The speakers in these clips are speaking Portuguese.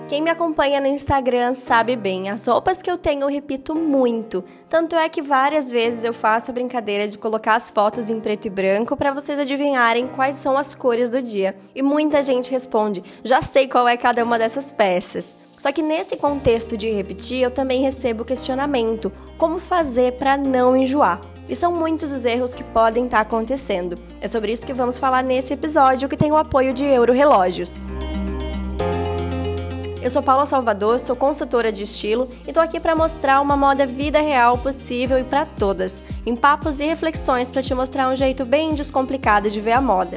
Quem me acompanha no Instagram sabe bem, as roupas que eu tenho eu repito muito. Tanto é que várias vezes eu faço a brincadeira de colocar as fotos em preto e branco para vocês adivinharem quais são as cores do dia. E muita gente responde, já sei qual é cada uma dessas peças. Só que nesse contexto de repetir, eu também recebo o questionamento, como fazer para não enjoar? E são muitos os erros que podem estar acontecendo. É sobre isso que vamos falar nesse episódio, que tem o apoio de Euro Relógios. Eu sou Paula Salvador, sou consultora de estilo e tô aqui para mostrar uma moda vida real possível e para todas, em papos e reflexões para te mostrar um jeito bem descomplicado de ver a moda.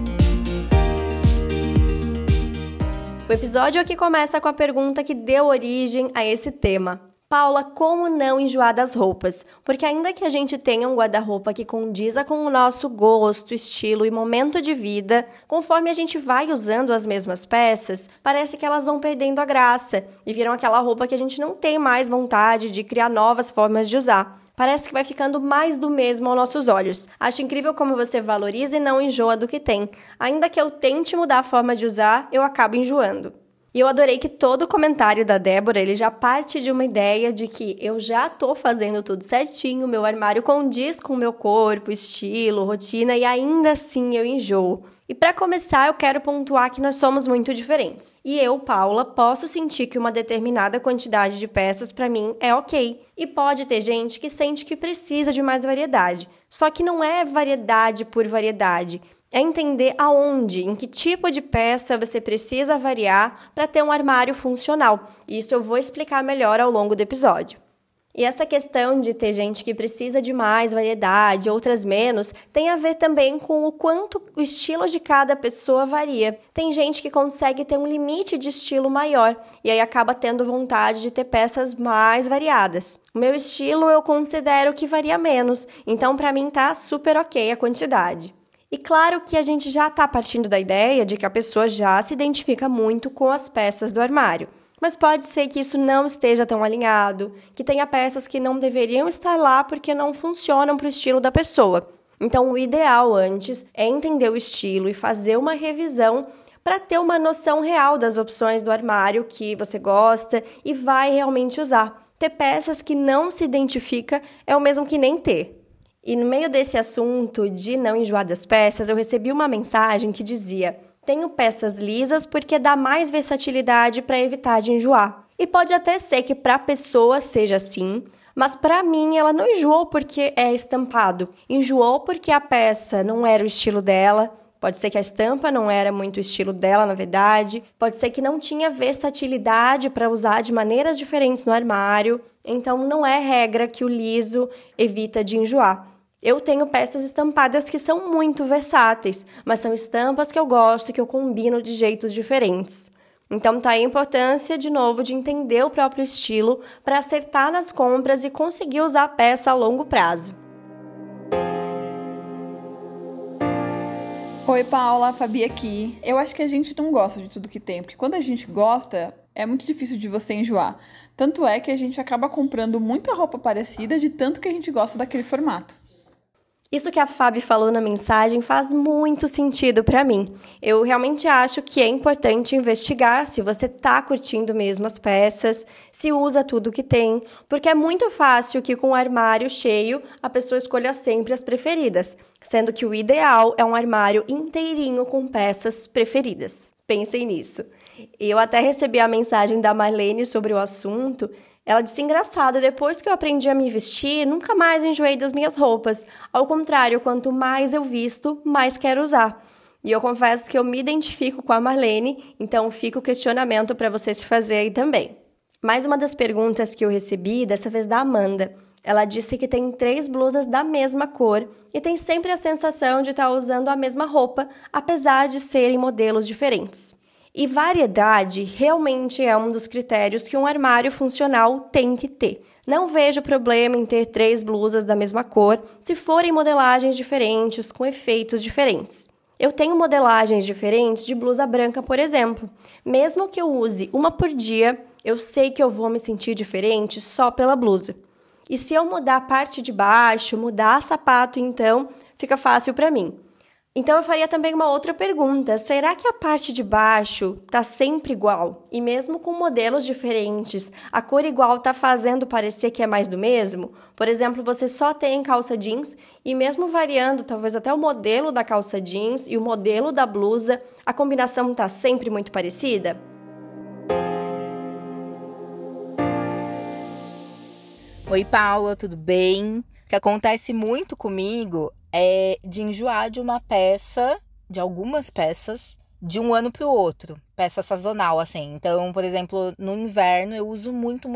O episódio aqui começa com a pergunta que deu origem a esse tema. Paula, como não enjoar das roupas? Porque ainda que a gente tenha um guarda-roupa que condiza com o nosso gosto, estilo e momento de vida, conforme a gente vai usando as mesmas peças, parece que elas vão perdendo a graça e viram aquela roupa que a gente não tem mais vontade de criar novas formas de usar. Parece que vai ficando mais do mesmo aos nossos olhos. Acho incrível como você valoriza e não enjoa do que tem. Ainda que eu tente mudar a forma de usar, eu acabo enjoando. E eu adorei que todo o comentário da Débora, ele já parte de uma ideia de que eu já tô fazendo tudo certinho, meu armário condiz com o meu corpo, estilo, rotina e ainda assim eu enjoo. E para começar, eu quero pontuar que nós somos muito diferentes. E eu, Paula, posso sentir que uma determinada quantidade de peças para mim é ok. E pode ter gente que sente que precisa de mais variedade. Só que não é variedade por variedade. É entender aonde, em que tipo de peça você precisa variar para ter um armário funcional. Isso eu vou explicar melhor ao longo do episódio. E essa questão de ter gente que precisa de mais variedade, outras menos, tem a ver também com o quanto o estilo de cada pessoa varia. Tem gente que consegue ter um limite de estilo maior e aí acaba tendo vontade de ter peças mais variadas. O meu estilo eu considero que varia menos, então para mim tá super ok a quantidade. E claro que a gente já está partindo da ideia de que a pessoa já se identifica muito com as peças do armário. Mas pode ser que isso não esteja tão alinhado, que tenha peças que não deveriam estar lá porque não funcionam para o estilo da pessoa. Então, o ideal antes é entender o estilo e fazer uma revisão para ter uma noção real das opções do armário que você gosta e vai realmente usar. Ter peças que não se identifica é o mesmo que nem ter. E no meio desse assunto de não enjoar das peças, eu recebi uma mensagem que dizia: tenho peças lisas porque dá mais versatilidade para evitar de enjoar. E pode até ser que para a pessoa seja assim, mas para mim ela não enjoou porque é estampado. Enjoou porque a peça não era o estilo dela. Pode ser que a estampa não era muito o estilo dela, na verdade. Pode ser que não tinha versatilidade para usar de maneiras diferentes no armário. Então não é regra que o liso evita de enjoar. Eu tenho peças estampadas que são muito versáteis, mas são estampas que eu gosto e que eu combino de jeitos diferentes. Então tá aí a importância, de novo, de entender o próprio estilo para acertar nas compras e conseguir usar a peça a longo prazo. Oi, Paula, Fabi aqui. Eu acho que a gente não gosta de tudo que tem, porque quando a gente gosta, é muito difícil de você enjoar. Tanto é que a gente acaba comprando muita roupa parecida de tanto que a gente gosta daquele formato. Isso que a Fabi falou na mensagem faz muito sentido para mim. Eu realmente acho que é importante investigar se você está curtindo mesmo as peças, se usa tudo que tem, porque é muito fácil que com o armário cheio a pessoa escolha sempre as preferidas, sendo que o ideal é um armário inteirinho com peças preferidas. Pensem nisso. Eu até recebi a mensagem da Marlene sobre o assunto. Ela disse: engraçado, depois que eu aprendi a me vestir, nunca mais enjoei das minhas roupas. Ao contrário, quanto mais eu visto, mais quero usar. E eu confesso que eu me identifico com a Marlene, então fica o questionamento para você se fazer aí também. Mais uma das perguntas que eu recebi, dessa vez da Amanda. Ela disse que tem 3 blusas da mesma cor e tem sempre a sensação de estar usando a mesma roupa, apesar de serem modelos diferentes. E variedade realmente é um dos critérios que um armário funcional tem que ter. Não vejo problema em ter 3 blusas da mesma cor, se forem modelagens diferentes, com efeitos diferentes. Eu tenho modelagens diferentes de blusa branca, por exemplo. Mesmo que eu use uma por dia, eu sei que eu vou me sentir diferente só pela blusa. E se eu mudar a parte de baixo, mudar sapato, então, fica fácil para mim. Então eu faria também uma outra pergunta: será que a parte de baixo tá sempre igual? E mesmo com modelos diferentes, a cor igual tá fazendo parecer que é mais do mesmo? Por exemplo, você só tem calça jeans e mesmo variando talvez até o modelo da calça jeans e o modelo da blusa, a combinação tá sempre muito parecida? Oi, Paula, tudo bem? O que acontece muito comigo é de enjoar de uma peça, de algumas peças, de um ano para o outro. Peça sazonal, assim. Então, por exemplo, no inverno eu uso muito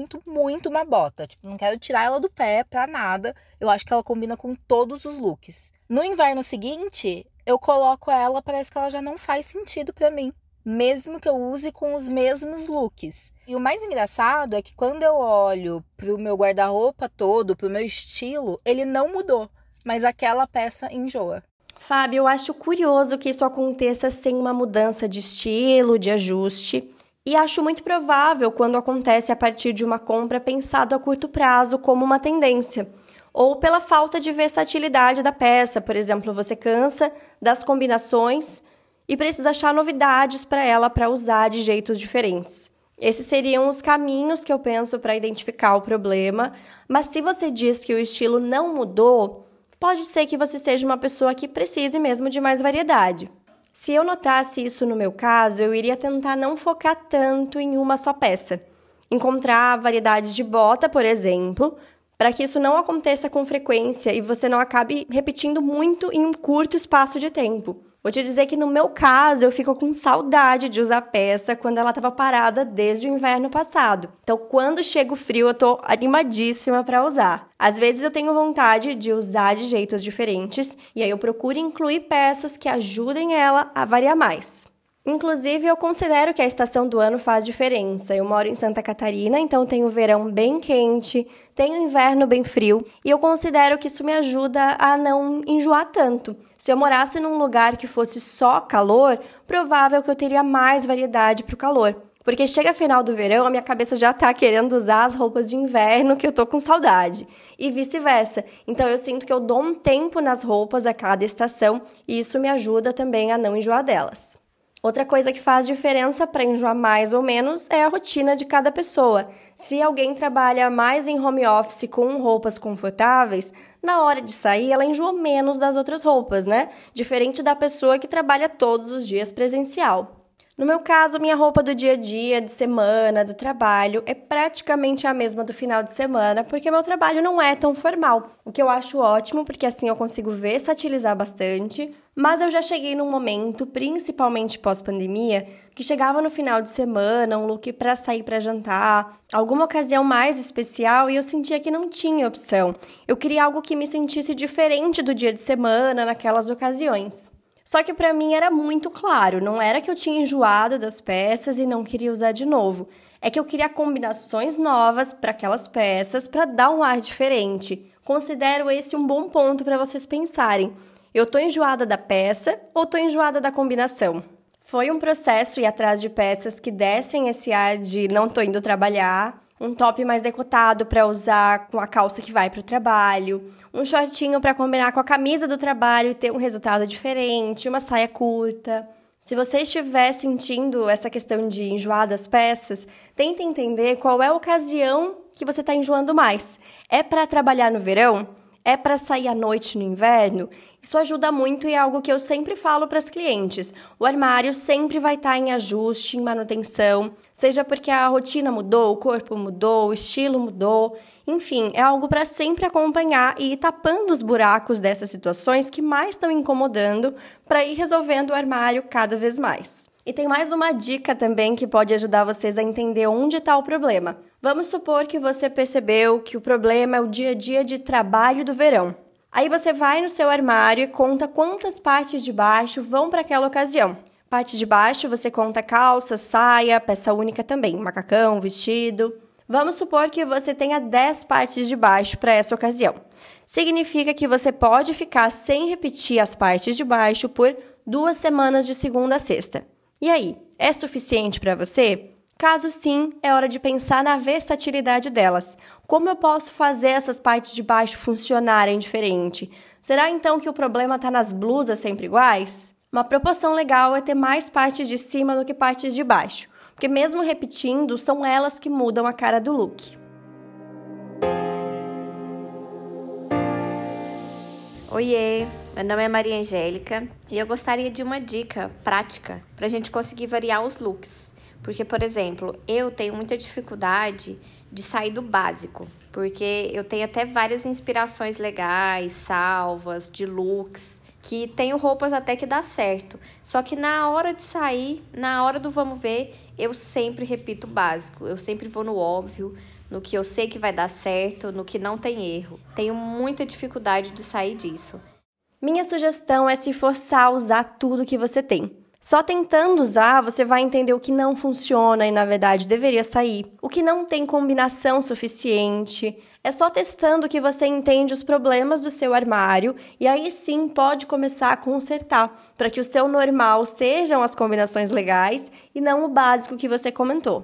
uma bota. Tipo, não quero tirar ela do pé pra nada. Eu acho que ela combina com todos os looks. No inverno seguinte, eu coloco ela, parece que ela já não faz sentido pra mim. Mesmo que eu use com os mesmos looks. E o mais engraçado é que quando eu olho pro meu guarda-roupa todo, pro meu estilo, ele não mudou. Mas aquela peça enjoa. Fábio, eu acho curioso que isso aconteça sem uma mudança de estilo, de ajuste. E acho muito provável quando acontece a partir de uma compra pensada a curto prazo como uma tendência. Ou pela falta de versatilidade da peça. Por exemplo, você cansa das combinações e precisa achar novidades para ela para usar de jeitos diferentes. Esses seriam os caminhos que eu penso para identificar o problema, mas se você diz que o estilo não mudou, pode ser que você seja uma pessoa que precise mesmo de mais variedade. Se eu notasse isso no meu caso, eu iria tentar não focar tanto em uma só peça. Encontrar variedades de bota, por exemplo, para que isso não aconteça com frequência e você não acabe repetindo muito em um curto espaço de tempo. Vou te dizer que no meu caso, eu fico com saudade de usar peça quando ela estava parada desde o inverno passado. Então, quando chega o frio, eu tô animadíssima para usar. Às vezes eu tenho vontade de usar de jeitos diferentes e aí eu procuro incluir peças que ajudem ela a variar mais. Inclusive, eu considero que a estação do ano faz diferença. Eu moro em Santa Catarina, então tenho o verão bem quente, tenho o inverno bem frio, e eu considero que isso me ajuda a não enjoar tanto. Se eu morasse num lugar que fosse só calor, provável que eu teria mais variedade para o calor. Porque chega final do verão, a minha cabeça já tá querendo usar as roupas de inverno que eu tô com saudade. E vice-versa. Então eu sinto que eu dou um tempo nas roupas a cada estação, e isso me ajuda também a não enjoar delas. Outra coisa que faz diferença para enjoar mais ou menos é a rotina de cada pessoa. Se alguém trabalha mais em home office com roupas confortáveis, na hora de sair ela enjoa menos das outras roupas, né? Diferente da pessoa que trabalha todos os dias presencial. No meu caso, minha roupa do dia a dia, de semana, do trabalho, é praticamente a mesma do final de semana, porque meu trabalho não é tão formal. O que eu acho ótimo, porque assim eu consigo versatilizar bastante, mas eu já cheguei num momento, principalmente pós-pandemia, que chegava no final de semana, um look para sair para jantar, alguma ocasião mais especial e eu sentia que não tinha opção. Eu queria algo que me sentisse diferente do dia de semana, naquelas ocasiões. Só que para mim era muito claro, não era que eu tinha enjoado das peças e não queria usar de novo. É que eu queria combinações novas para aquelas peças para dar um ar diferente. Considero esse um bom ponto para vocês pensarem. Eu tô enjoada da peça ou tô enjoada da combinação? Foi um processo ir atrás de peças que dessem esse ar de não tô indo trabalhar, um top mais decotado para usar com a calça que vai para o trabalho, um shortinho para combinar com a camisa do trabalho e ter um resultado diferente, uma saia curta. Se você estiver sentindo essa questão de enjoar das peças, tenta entender qual é a ocasião que você está enjoando mais. É para trabalhar no verão? É para sair à noite no inverno? Isso ajuda muito e é algo que eu sempre falo para as clientes. O armário sempre vai estar em ajuste, em manutenção, seja porque a rotina mudou, o corpo mudou, o estilo mudou. Enfim, é algo para sempre acompanhar e ir tapando os buracos dessas situações que mais estão incomodando para ir resolvendo o armário cada vez mais. E tem mais uma dica também que pode ajudar vocês a entender onde está o problema. Vamos supor que você percebeu que o problema é o dia a dia de trabalho do verão. Aí você vai no seu armário e conta quantas partes de baixo vão para aquela ocasião. Parte de baixo você conta calça, saia, peça única também, macacão, vestido. Vamos supor que você tenha 10 partes de baixo para essa ocasião. Significa que você pode ficar sem repetir as partes de baixo por 2 semanas de segunda a sexta. E aí, é suficiente para você? Caso sim, é hora de pensar na versatilidade delas. Como eu posso fazer essas partes de baixo funcionarem diferente? Será então que o problema está nas blusas sempre iguais? Uma proporção legal é ter mais partes de cima do que partes de baixo, porque mesmo repetindo, são elas que mudam a cara do look. Oiê, meu nome é Maria Angélica e eu gostaria de uma dica prática para a gente conseguir variar os looks. Porque, por exemplo, eu tenho muita dificuldade de sair do básico, porque eu tenho até várias inspirações legais, salvas, de looks, que tenho roupas até que dá certo. Só que na hora de sair, na hora do vamos ver, eu sempre repito o básico, eu sempre vou no óbvio, no que eu sei que vai dar certo, no que não tem erro. Tenho muita dificuldade de sair disso. Minha sugestão é se forçar a usar tudo que você tem. Só tentando usar, você vai entender o que não funciona e, na verdade, deveria sair. O que não tem combinação suficiente. É só testando que você entende os problemas do seu armário e aí sim pode começar a consertar, para que o seu normal sejam as combinações legais e não o básico que você comentou.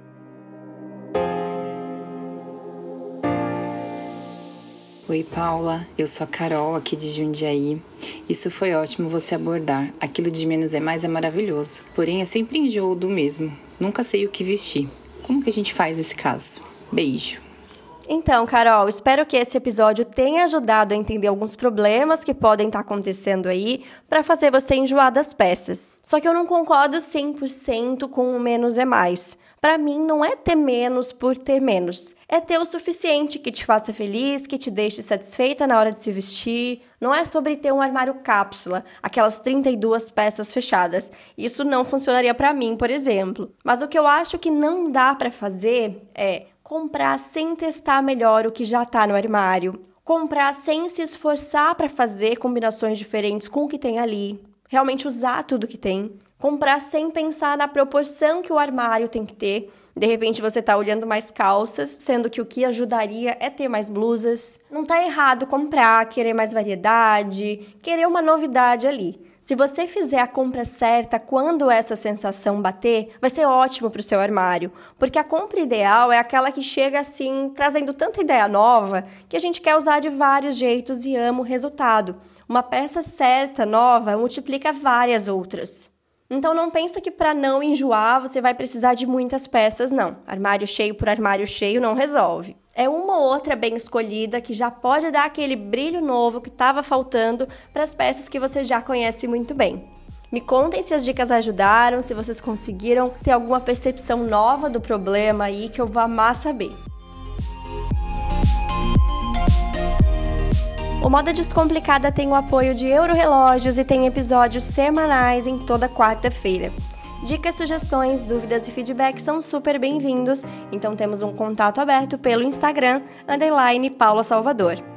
Oi, Paula, eu sou a Carol, aqui de Jundiaí. Isso foi ótimo você abordar. Aquilo de menos é mais é maravilhoso. Porém, eu sempre enjoo do mesmo. Nunca sei o que vestir. Como que a gente faz nesse caso? Beijo. Então, Carol, espero que esse episódio tenha ajudado a entender alguns problemas que podem estar acontecendo aí para fazer você enjoar das peças. Só que eu não concordo 100% com o menos é mais. Para mim, não é ter menos por ter menos. É ter o suficiente que te faça feliz, que te deixe satisfeita na hora de se vestir. Não é sobre ter um armário cápsula, aquelas 32 peças fechadas. Isso não funcionaria para mim, por exemplo. Mas o que eu acho que não dá para fazer é comprar sem testar melhor o que já está no armário. Comprar sem se esforçar para fazer combinações diferentes com o que tem ali. Realmente usar tudo que tem. Comprar sem pensar na proporção que o armário tem que ter. De repente você está olhando mais calças, sendo que o que ajudaria é ter mais blusas. Não está errado comprar, querer mais variedade, querer uma novidade ali. Se você fizer a compra certa quando essa sensação bater, vai ser ótimo para o seu armário. Porque a compra ideal é aquela que chega assim, trazendo tanta ideia nova, que a gente quer usar de vários jeitos e ama o resultado. Uma peça certa, nova, multiplica várias outras. Então não pensa que para não enjoar você vai precisar de muitas peças, não. Armário cheio por armário cheio não resolve. É uma ou outra bem escolhida que já pode dar aquele brilho novo que estava faltando para as peças que você já conhece muito bem. Me contem se as dicas ajudaram, se vocês conseguiram ter alguma percepção nova do problema aí que eu vou amar saber. O Moda Descomplicada tem o apoio de Eurorelógios e tem episódios semanais em toda quarta-feira. Dicas, sugestões, dúvidas e feedback são super bem-vindos, então temos um contato aberto pelo Instagram, _Paula Salvador.